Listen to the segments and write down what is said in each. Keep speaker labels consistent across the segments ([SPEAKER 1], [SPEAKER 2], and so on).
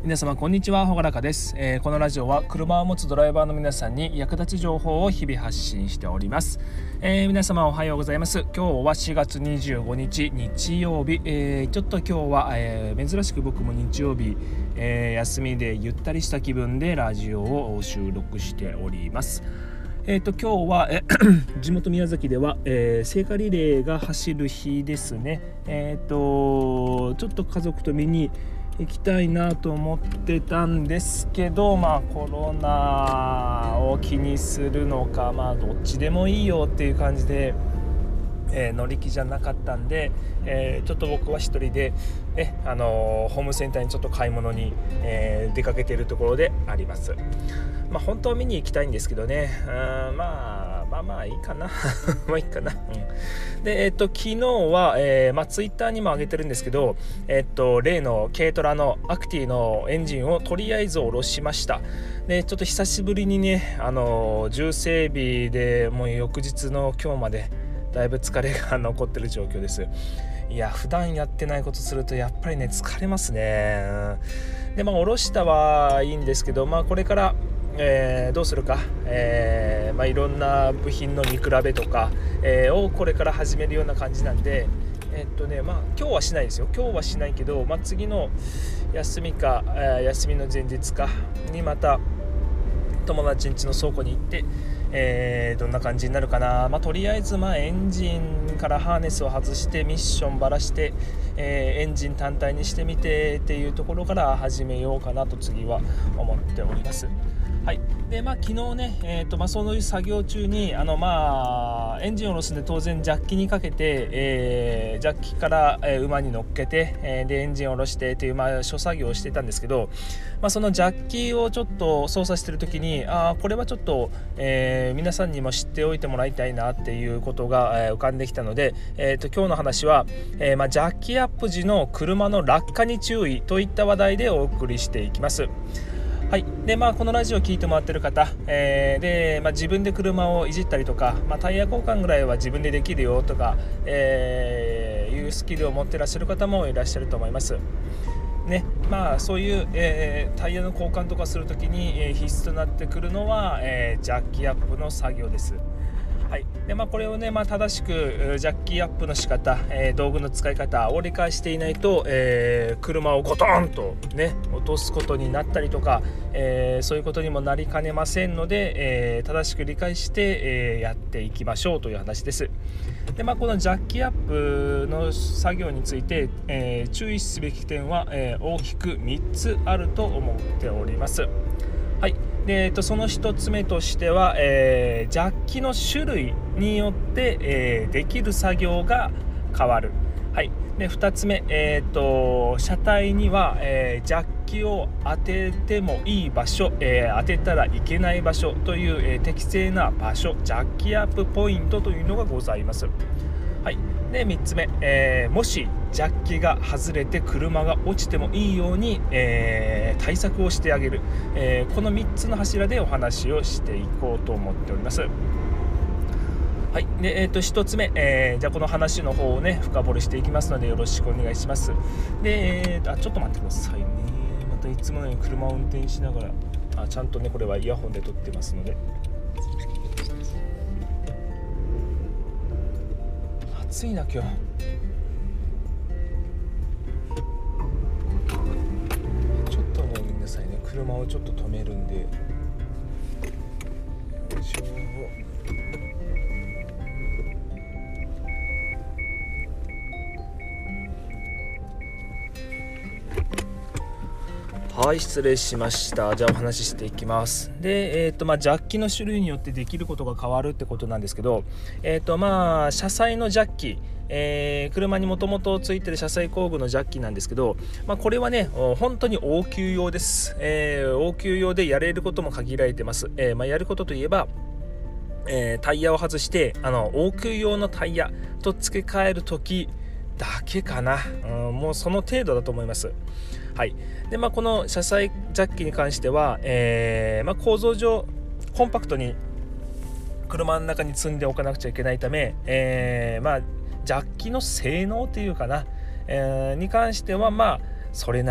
[SPEAKER 1] 皆様こんにちは、ほがらかです。このラジオは車を持つドライバーの皆さんに役立つ情報を日々発信しております。皆様おはようございます。今日は4月25日日曜日、ちょっと今日は、珍しく僕も日曜日、休みでゆったりした気分でラジオを収録しております。今日は地元宮崎では、聖火リレーが走る日ですね。ちょっと家族と見に行きたいなと思ってたんですけど、コロナを気にするのか、どっちでもいいよっていう感じで、乗り気じゃなかったんで、ちょっと僕は一人で、ホームセンターにちょっと買い物に、出かけているところであります。本当は見に行きたいんですけどね、いいかないいかな、で、昨日は、ツイッターにも上げてるんですけど、例の軽トラのアクティのエンジンをとりあえず下ろしました。でちょっと久しぶりにね、重整備でもう翌日の今日までだいぶ疲れが残ってる状況です。いや、普段やってないことするとやっぱりね疲れますね。で下ろしたはいいんですけど、これからどうするか、いろんな部品の見比べとか、をこれから始めるような感じなんで、今日はしないですよ。今日はしないけど、次の休みか、休みの前日かにまた友達ん家の倉庫に行って、どんな感じになるかな。とりあえずエンジンからハーネスを外してミッションばらして、エンジン単体にしてみてっていうところから始めようかなと次は思っております。はい。で昨日ね、そういう作業中にエンジンを下ろすんで当然ジャッキにかけて、ジャッキから、馬に乗っけて、でエンジンを下ろしてっていう諸作業をしてたんですけど、そのジャッキをちょっと操作してる時にこれはちょっと、皆さんにも知っておいてもらいたいなっていうことが、浮かんできたので、今日の話は、ジャッキアップ時の車の落下に注意といった話題でお送りしていきます。はい。でこのラジオを聞いてもらってる方、で自分で車をいじったりとか、タイヤ交換ぐらいは自分でできるよとか、いうスキルを持ってらっしゃる方もいらっしゃると思いますね。そういう、タイヤの交換とかするときに、必須となってくるのは、ジャッキアップの作業です。はい。でこれをね、正しくジャッキアップの仕方、道具の使い方を理解していないと、車をゴトンとね落とすことになったりとか、そういうことにもなりかねませんので、正しく理解して、やっていきましょうという話です。でこのジャッキアップの作業について、注意すべき点は、大きく3つあると思っております。はい。でその1つ目としては、ジャッキの種類によって、できる作業が変わる。はい。で2つ目、車体には、ジャッキを当ててもいい場所、当てたらいけない場所という、適正な場所、ジャッキアップポイントというのがございます。はい。で3つ目、もしジャッキが外れて車が落ちてもいいように、対策をしてあげる、この3つの柱でお話をしていこうと思っております。はい。で1つ目、じゃあこの話の方をね深掘りしていきますのでよろしくお願いします。で、ちょっと待ってくださいね。またいつものように車を運転しながらちゃんとねこれはイヤホンで撮ってますので。暑いな今日。ちょっとねごめんなさいね、車をちょっと止めるんで。よいしょ。はい、失礼しました。じゃあお話ししていきます。で、ジャッキの種類によってできることが変わるってことなんですけど、車載のジャッキ、車にもともとついてる車載工具のジャッキなんですけど、これはね本当に応急用です。応急用でやれることも限られてます。やることといえば、タイヤを外して応急用のタイヤと付け替える時だけかな。もうその程度だと思います。はい。でこの車載ジャッキに関しては、構造上コンパクトに車の中に積んでおかなくちゃいけないため、ジャッキの性能というかな、に関してはそれなり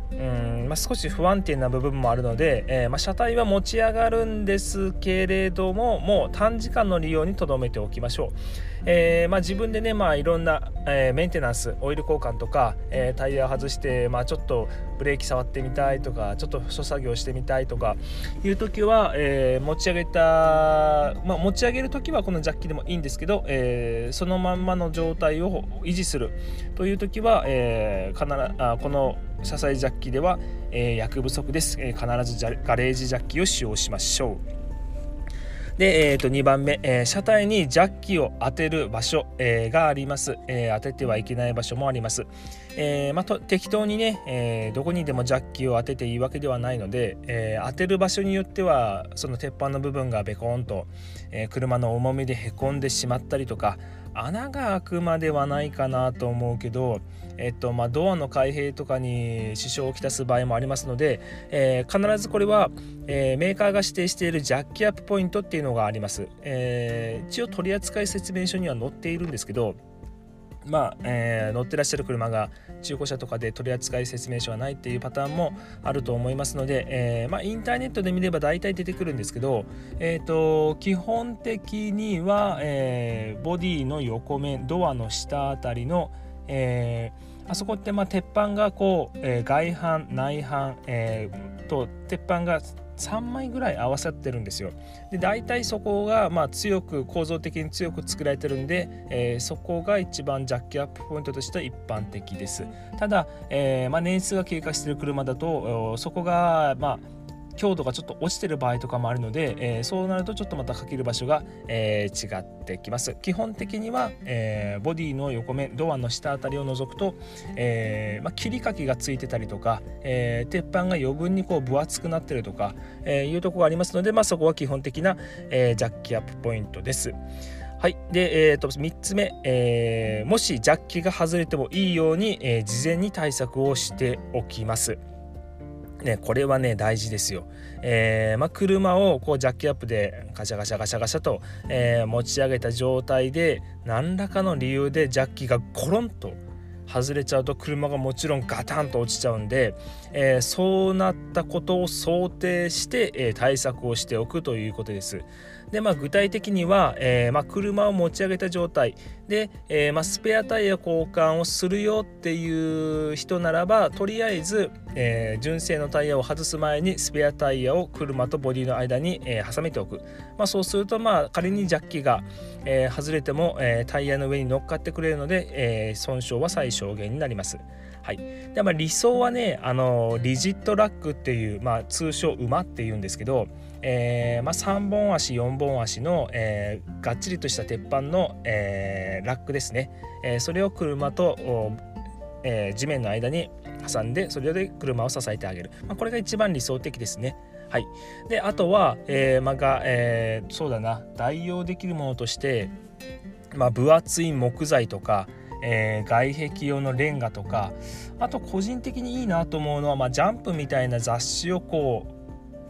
[SPEAKER 1] 少し不安定な部分もあるので、車体は持ち上がるんですけれども、もう短時間の利用に留めておきましょう。自分でね、いろんな、メンテナンス、オイル交換とか、タイヤを外して、ちょっとブレーキ触ってみたいとか、ちょっと諸作業してみたいとかいう時は、持ち上げる時はこのジャッキでもいいんですけど、そのまんまの状態を維持するという時は、この車載ジャッキでは、役不足です。必ずガレージジャッキを使用しましょう。で、2番目、車体にジャッキを当てる場所、があります。当ててはいけない場所もあります。適当にね、どこにでもジャッキを当てていいわけではないので、当てる場所によってはその鉄板の部分がベコーンと、車の重みでへこんでしまったりとか、穴が開くまではないかなと思うけど、ドアの開閉とかに支障をきたす場合もありますので、必ずこれは、メーカーが指定しているジャッキアップポイントっていうのがあります。一応取扱説明書には載っているんですけど、乗ってらっしゃる車が中古車とかで取扱説明書がないっていうパターンもあると思いますので、インターネットで見れば大体出てくるんですけど、基本的には、ボディの横面、ドアの下あたりの、あそこって鉄板がこう、外板内板、と鉄板が3枚ぐらい合わさってるんですよ。で、大体そこが構造的に強く作られてるんで、そこが一番ジャッキアップポイントとしては一般的です。ただ、年数が経過している車だとそこが強度がちょっと落ちてる場合とかもあるので、そうなるとちょっとまたかける場所が、違ってきます。基本的には、ボディの横面、ドアの下あたりを除くと、切りかけがついてたりとか、鉄板が余分にこう分厚くなってるとか、いうところがありますので、そこは基本的な、ジャッキアップポイントです。はい。で、3つ目、もしジャッキが外れてもいいように、事前に対策をしておきます。これはね大事ですよ。車をこうジャッキアップでガシャガシャガシャガシャと、持ち上げた状態で何らかの理由でジャッキがコロンと外れちゃうと車がもちろんガタンと落ちちゃうんで、そうなったことを想定して、対策をしておくということです。で、具体的には、車を持ち上げた状態で、スペアタイヤ交換をするよっていう人ならば、とりあえず、純正のタイヤを外す前にスペアタイヤを車とボディの間に、挟めておく。そうすると仮にジャッキが、外れても、タイヤの上に乗っかってくれるので、損傷は最小限になります。はい。で、理想はね、リジットラックっていう、通称馬っていうんですけど、3本足4本足の、がっちりとした鉄板の、ラックですね。それを車と、地面の間に挟んで、それで車を支えてあげる。これが一番理想的ですね。はい。で、あとは、そうだな、代用できるものとして、分厚い木材とか、外壁用のレンガとか、あと個人的にいいなと思うのは、ジャンプみたいな雑誌をこう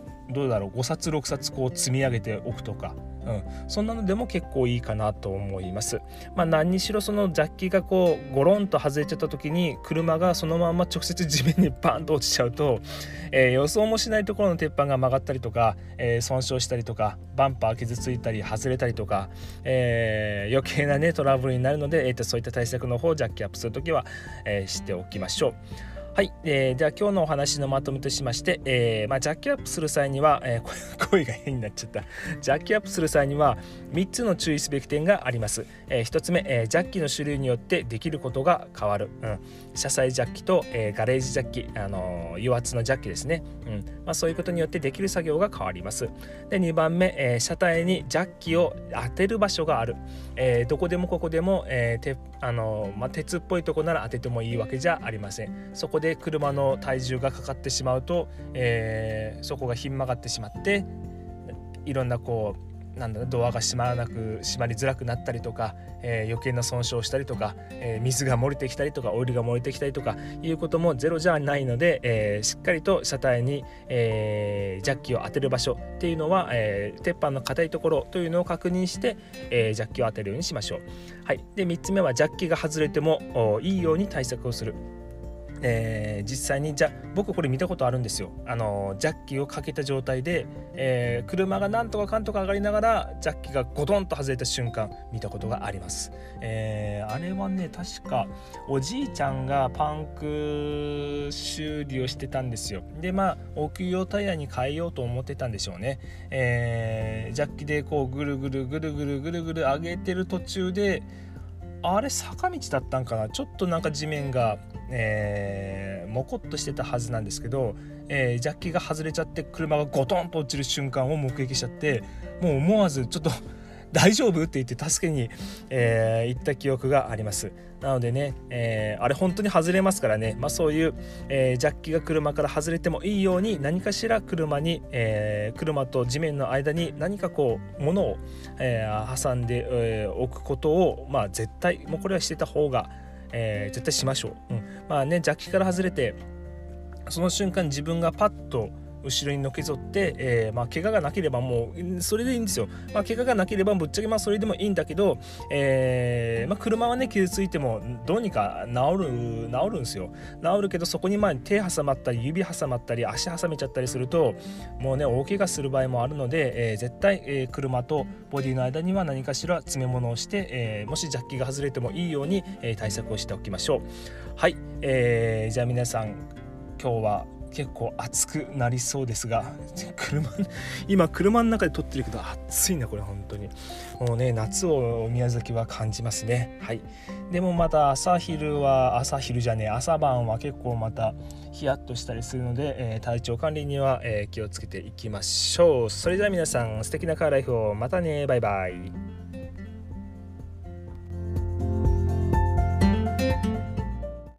[SPEAKER 1] 5冊6冊こう積み上げておくとか、そんなのでも結構いいかなと思います。何にしろそのジャッキがこうゴロンと外れちゃった時に車がそのまま直接地面にバーンと落ちちゃうと、予想もしないところの鉄板が曲がったりとか、損傷したりとか、バンパー傷ついたり外れたりとか、余計なトラブルになるので、そういった対策の方をジャッキアップするときは、しておきましょう。はい。では今日のお話のまとめとしまして、ジャッキアップする際には、声が変になっちゃった。ジャッキアップする際には3つの注意すべき点があります。1つ目、ジャッキの種類によってできることが変わる。車載ジャッキと、ガレージジャッキ、油圧のジャッキですね。そういうことによってできる作業が変わります。で、2番目、車体にジャッキを当てる場所がある。どこでもここでも、鉄っぽいとこなら当ててもいいわけじゃありません。そこで車の体重がかかってしまうと、そこがひん曲がってしまって、いろんなドアが閉まりづらくなったりとか、余計な損傷をしたりとか、水が漏れてきたりとかオイルが漏れてきたりとかいうこともゼロじゃないので、しっかりと車体に、ジャッキを当てる場所っていうのは、鉄板の硬いところというのを確認して、ジャッキを当てるようにしましょう。はい。で、3つ目はジャッキが外れてもいいように対策をする。 実際に僕これ見たことあるんですよ。ジャッキをかけた状態で、車がなんとかかんとか上がりながらジャッキがゴトンと外れた瞬間見たことがあります。あれはね、確かおじいちゃんがパンク修理をしてたんですよ。で応急用タイヤに変えようと思ってたんでしょうね。ジャッキでこうぐるぐるぐるぐるぐるぐる上げてる途中で、あれ坂道だったんかな、ちょっとなんか地面が、もこっとしてたはずなんですけど、ジャッキが外れちゃって車がゴトンと落ちる瞬間を目撃しちゃって、もう思わずちょっと大丈夫って言って助けに、行った記憶があります。なのでね、あれ本当に外れますからね、そういう、ジャッキが車から外れてもいいように何かしら車と地面の間に何かこう物を、挟んで、おくことを、絶対もうこれはしてた方が、絶対しましょう。ジャッキから外れてその瞬間自分がパッと後ろにのけぞって、怪我がなければもうそれでいいんですよ。怪我がなければぶっちゃけそれでもいいんだけど、車はね傷ついてもどうにか治るんですよ。治るけどそこに手挟まったり指挟まったり足挟めちゃったりするともうね大怪我する場合もあるので、絶対、車とボディの間には何かしら詰め物をして、もしジャッキが外れてもいいように、対策をしておきましょう。はい、じゃあ皆さん今日は結構暑くなりそうですが、今車の中で撮ってるけど暑いなこれ本当に。もうね夏を宮崎は感じますね。はい。でもまた朝晩は結構またヒヤッとしたりするので、体調管理には、気をつけていきましょう。それでは皆さん素敵なカーライフを。またね、バイバイ。